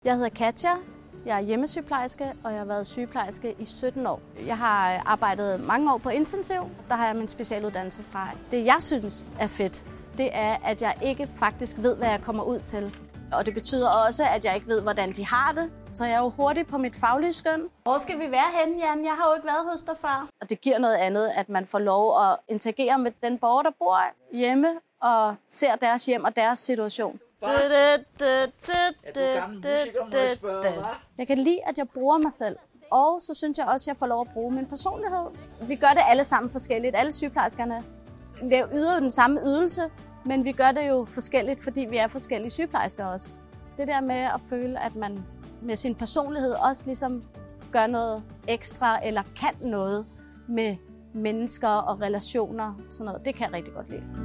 Jeg hedder Katja, jeg er hjemmesygeplejerske, og jeg har været sygeplejerske i 17 år. Jeg har arbejdet mange år på intensiv, der har jeg min specialuddannelse fra. Det jeg synes er fedt, det er, at jeg ikke faktisk ved, hvad jeg kommer ud til. Og det betyder også, at jeg ikke ved, hvordan de har det. Så jeg er jo hurtig på mit faglige skøn. Hvor skal vi være henne, Jan? Jeg har jo ikke været hos dig før. Og det giver noget andet, at man får lov at interagere med den borger, der bor hjemme og ser deres hjem og deres situation. Er du gammel musiker, må jeg spørge, hva'? Jeg kan lide, at jeg bruger mig selv. Og så synes jeg også, at jeg får lov at bruge min personlighed. Vi gør det alle sammen forskelligt. Alle sygeplejerskerne yder den samme ydelse, men vi gør det jo forskelligt, fordi vi er forskellige sygeplejersker også. Det der med at føle, at man med sin personlighed også ligesom gør noget ekstra eller kan noget med mennesker og relationer, sådan noget, det kan jeg rigtig godt lide.